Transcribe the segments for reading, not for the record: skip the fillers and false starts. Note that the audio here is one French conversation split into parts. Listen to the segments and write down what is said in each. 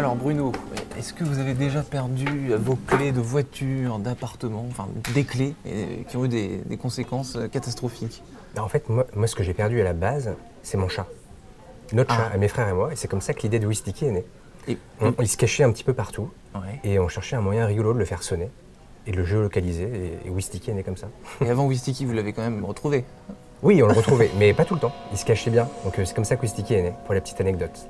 Alors Bruno, est-ce que vous avez déjà perdu vos clés de voiture, d'appartement, enfin des clés qui ont eu des conséquences catastrophiques? En fait, moi, ce que j'ai perdu à la base, c'est mon chat. Notre chat, mes frères et moi, et c'est comme ça que l'idée de Wistiki est née. Il se cachait un petit peu partout, et on cherchait un moyen rigolo de le faire sonner, et de le géolocaliser, et Wistiki est né comme ça. Et avant Wistiki, vous l'avez quand même retrouvé? Oui, on le retrouvait, mais pas tout le temps, il se cachait bien, donc c'est comme ça que Wistiki est né, pour la petite anecdote.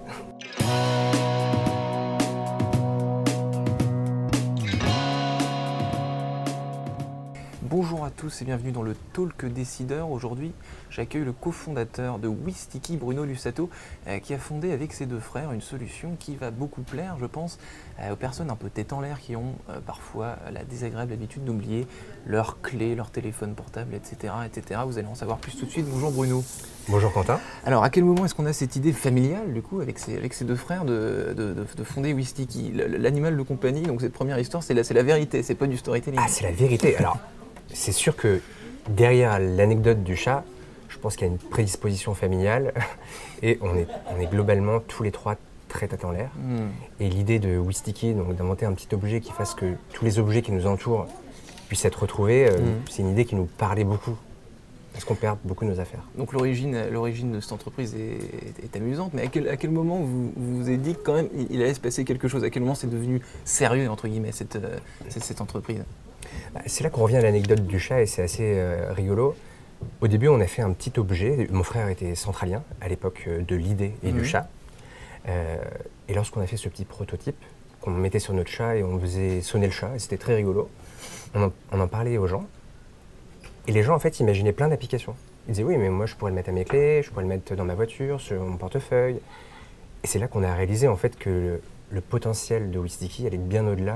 Bonjour à tous et bienvenue dans le Talk Décideur. Aujourd'hui, j'accueille le cofondateur de Wistiki, Bruno Lussato, qui a fondé avec ses deux frères une solution qui va beaucoup plaire, je pense, aux personnes un peu tête en l'air qui ont parfois la désagréable habitude d'oublier leurs clés, leur téléphone portable, etc., etc. Vous allez en savoir plus tout de suite. Bonjour Bruno. Bonjour Quentin. Alors, à quel moment est-ce qu'on a cette idée familiale, du coup, avec ses deux frères, de fonder Wistiki, l'animal de compagnie? Donc cette première histoire, c'est la vérité, c'est pas du storytelling. Ah, c'est la vérité. Alors, c'est sûr que derrière l'anecdote du chat, je pense qu'il y a une prédisposition familiale et on est globalement tous les trois très tête en l'air. Et l'idée de Wistiki, donc d'inventer un petit objet qui fasse que tous les objets qui nous entourent puissent être retrouvés, c'est une idée qui nous parlait beaucoup. Parce qu'on perd beaucoup de nos affaires. Donc l'origine de cette entreprise est amusante, mais à quel moment vous vous êtes dit que quand même il allait se passer quelque chose? À quel moment c'est devenu sérieux, entre guillemets, cette entreprise? C'est là qu'on revient à l'anecdote du chat et c'est assez rigolo. Au début, on a fait un petit objet. Mon frère était centralien à l'époque de l'idée et du chat. Et lorsqu'on a fait ce petit prototype, qu'on mettait sur notre chat et on faisait sonner le chat, et c'était très rigolo, on en parlait aux gens. Et les gens, en fait, imaginaient plein d'applications. Ils disaient, oui, mais moi, je pourrais le mettre à mes clés, je pourrais le mettre dans ma voiture, sur mon portefeuille. Et c'est là qu'on a réalisé, en fait, que le potentiel de Wistiki allait bien au-delà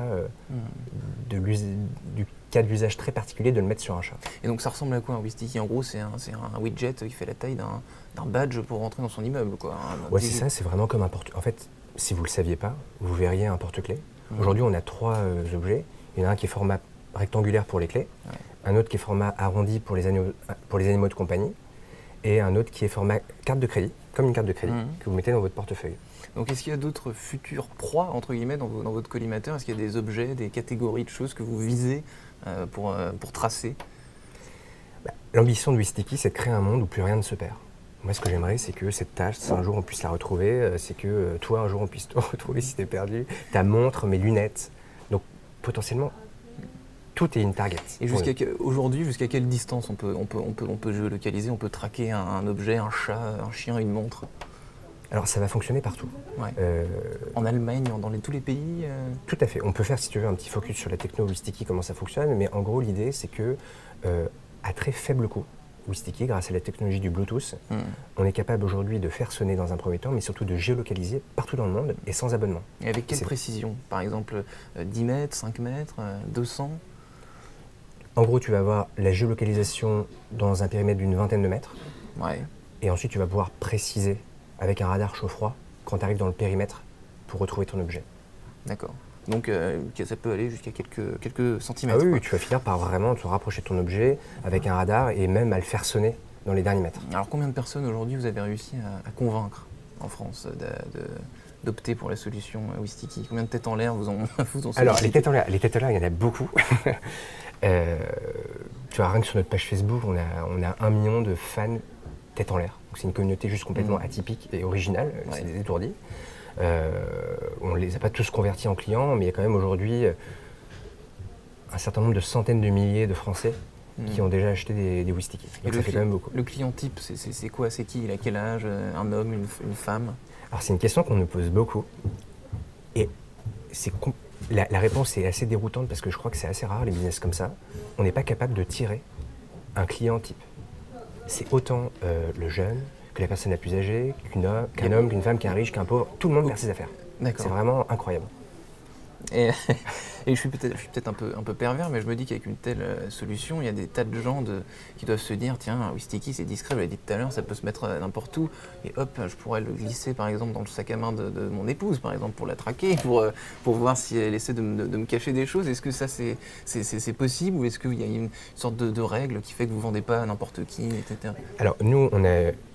du cas d'usage très particulier de le mettre sur un chat. Et donc, ça ressemble à quoi un Wistiki? En gros, c'est un widget qui fait la taille d'un badge pour rentrer dans son immeuble, quoi. Ouais, c'est ça, c'est vraiment comme un porte-clés. En fait, si vous ne le saviez pas, vous verriez un porte-clés. Aujourd'hui, on a trois objets. Il y en a un qui est format rectangulaire pour les clés, un autre qui est format arrondi pour les animaux de compagnie, et un autre qui est format carte de crédit, comme une carte de crédit, que vous mettez dans votre portefeuille. Donc est-ce qu'il y a d'autres futures proies, entre guillemets, dans votre collimateur? Est-ce qu'il y a des objets, des catégories de choses que vous visez pour tracer? L'ambition de Wistiki, c'est de créer un monde où plus rien ne se perd. Moi, ce que j'aimerais, c'est que cette tâche, un jour on puisse la retrouver, c'est que toi, un jour on puisse te retrouver si t'es perdu, ta montre, mes lunettes. Donc potentiellement, tout est une target. Et aujourd'hui, jusqu'à quelle distance on peut géolocaliser, on peut traquer un objet, un chat, un chien, une montre? Alors ça va fonctionner partout. En Allemagne, dans tous les pays Tout à fait. On peut faire, si tu veux, un petit focus sur la techno Wistiki, comment ça fonctionne, mais en gros l'idée c'est que à très faible coût, Wistiki, grâce à la technologie du Bluetooth, on est capable aujourd'hui de faire sonner dans un premier temps, mais surtout de géolocaliser partout dans le monde et sans abonnement. Et avec quelle précision? Par exemple 10 mètres, 5 mètres, 200? En gros, tu vas avoir la géolocalisation dans un périmètre d'une vingtaine de mètres. Et ensuite, tu vas pouvoir préciser avec un radar chaud-froid quand tu arrives dans le périmètre pour retrouver ton objet. D'accord. Donc ça peut aller jusqu'à quelques centimètres. Ah oui, tu vas finir par vraiment te rapprocher de ton objet avec un radar et même à le faire sonner dans les derniers mètres. Alors combien de personnes aujourd'hui vous avez réussi à convaincre en France d'opter pour la solution Wistiki? Combien de têtes en l'air vous ont sollicité? Alors les têtes en l'air, il y en a beaucoup. Tu vois, rien que sur notre page Facebook, on a 1 million de fans tête en l'air. C'est une communauté juste complètement atypique et originale, c'est des étourdis. On ne les a pas tous convertis en clients, mais il y a quand même aujourd'hui un certain nombre de centaines de milliers de Français qui ont déjà acheté des Wistiki. Donc ça fait quand même beaucoup. Le client type, c'est quoi? C'est qui? Il a quel âge? Un homme, une femme? Alors c'est une question qu'on nous pose beaucoup. Et la réponse est assez déroutante parce que je crois que c'est assez rare les business comme ça. On n'est pas capable de tirer un client type. C'est autant le jeune que la personne la plus âgée, qu'un homme, qu'une femme, qu'un riche, qu'un pauvre. Tout le monde perd ses affaires. C'est vraiment incroyable. Et je suis peut-être un peu pervers, mais je me dis qu'avec une telle solution, il y a des tas de gens qui doivent se dire, tiens, un Wistiki c'est discret, je l'ai dit tout à l'heure, ça peut se mettre n'importe où, et hop, je pourrais le glisser par exemple dans le sac à main de mon épouse, par exemple, pour la traquer, pour voir si elle essaie de me cacher des choses. Est-ce que ça c'est possible, ou est-ce qu'il y a une sorte de règle qui fait que vous ne vendez pas à n'importe qui, etc. Alors nous,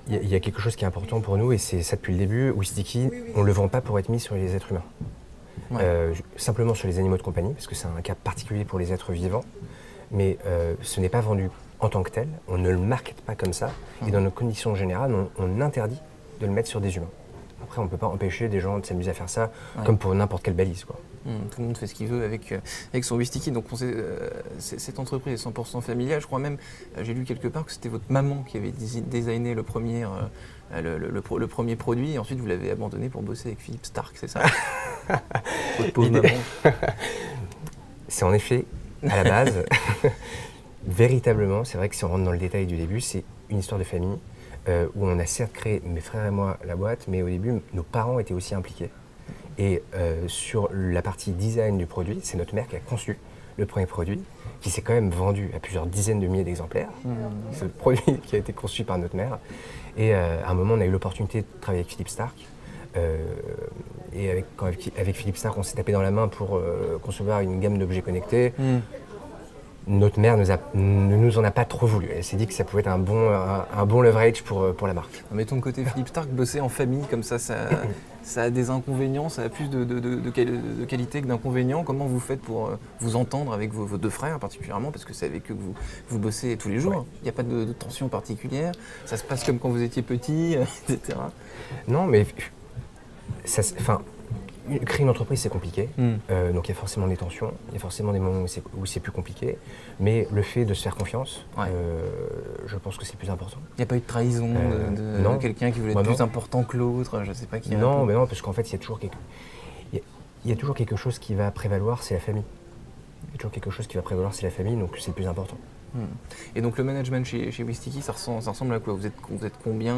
Il y a quelque chose qui est important pour nous, et c'est ça depuis le début. Wistiki, on ne le vend pas pour être mis sur les êtres humains. Ouais. Simplement sur les animaux de compagnie, parce que c'est un cas particulier pour les êtres vivants. Mais ce n'est pas vendu en tant que tel, on ne le market pas comme ça. Et dans nos conditions générales, on interdit de le mettre sur des humains. Après, on ne peut pas empêcher des gens de s'amuser à faire ça, comme pour n'importe quelle balise, quoi. Tout le monde fait ce qu'il veut avec son Wistiki. Donc cette entreprise est 100% familiale. Je crois même, j'ai lu quelque part que c'était votre maman qui avait designé le premier produit. Et ensuite, vous l'avez abandonné pour bosser avec Philippe Starck, c'est ça? Votre pauvre maman. C'est en effet, à la base, véritablement, c'est vrai que si on rentre dans le détail du début, c'est une histoire de famille où on a certes créé, mes frères et moi, la boîte, mais au début, nos parents étaient aussi impliqués. Et sur la partie design du produit, c'est notre mère qui a conçu le premier produit, qui s'est quand même vendu à plusieurs dizaines de milliers d'exemplaires. C'est le produit qui a été conçu par notre mère. Et à un moment, on a eu l'opportunité de travailler avec Philippe Starck. Et avec Philippe Starck, on s'est tapé dans la main pour concevoir une gamme d'objets connectés. Notre mère ne nous en a pas trop voulu. Elle s'est dit que ça pouvait être un bon leverage pour la marque. Mais ton côté Philippe Starck, bosser en famille comme ça a des inconvénients, ça a plus de qualité que d'inconvénients. Comment vous faites pour vous entendre avec vos deux frères particulièrement, parce que c'est avec eux que vous bossez tous les jours. Il n'y a pas de tension particulière, ça se passe comme quand vous étiez petit, etc. Non, mais créer une entreprise, c'est compliqué. Donc il y a forcément des tensions, il y a forcément des moments où c'est plus compliqué. Mais le fait de se faire confiance, je pense que c'est le plus important. Il n'y a pas eu de trahison de quelqu'un qui voulait être plus important que l'autre, je ne sais pas qui. Non, mais non, parce qu'en fait, il y a toujours quelque chose qui va prévaloir, c'est la famille. Il y a toujours quelque chose qui va prévaloir, c'est la famille, donc c'est le plus important. Et donc le management chez Wistiki, ça ressemble à quoi? Vous êtes combien?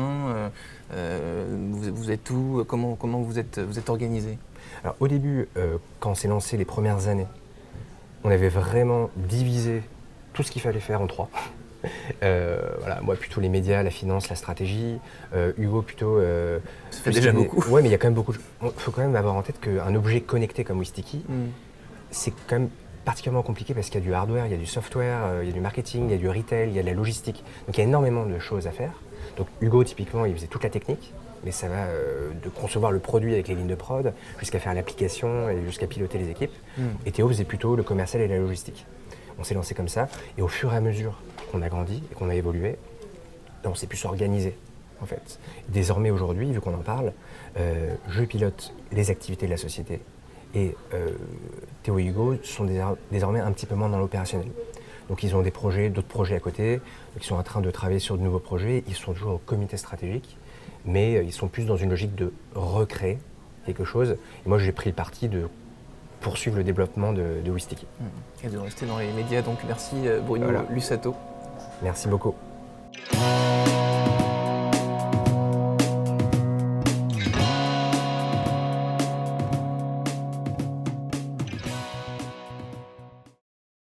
Vous êtes où? Comment vous êtes organisé? Alors au début, quand on s'est lancé les premières années, on avait vraiment divisé tout ce qu'il fallait faire en 3. Voilà, moi plutôt les médias, la finance, la stratégie. Hugo plutôt. Ça fait déjà beaucoup. Ouais, mais il y a quand même beaucoup. Il faut quand même avoir en tête qu'un objet connecté comme Wistiki, c'est quand même particulièrement compliqué parce qu'il y a du hardware, il y a du software, il y a du marketing, il y a du retail, il y a de la logistique. Donc il y a énormément de choses à faire. Donc Hugo, typiquement, il faisait toute la technique, mais ça va de concevoir le produit avec les lignes de prod, jusqu'à faire l'application et jusqu'à piloter les équipes. Et Théo faisait plutôt le commercial et la logistique. On s'est lancé comme ça, et au fur et à mesure qu'on a grandi et qu'on a évolué, on s'est pu s'organiser, en fait. Désormais, aujourd'hui, vu qu'on en parle, je pilote les activités de la société. Et Théo et Hugo sont désormais un petit peu moins dans l'opérationnel. Donc ils ont d'autres projets à côté, donc ils sont en train de travailler sur de nouveaux projets, ils sont toujours au comité stratégique, mais ils sont plus dans une logique de recréer quelque chose. Et moi j'ai pris le parti de poursuivre le développement de Wistiki. Et de rester dans les médias, donc merci Bruno Lussato. Merci beaucoup.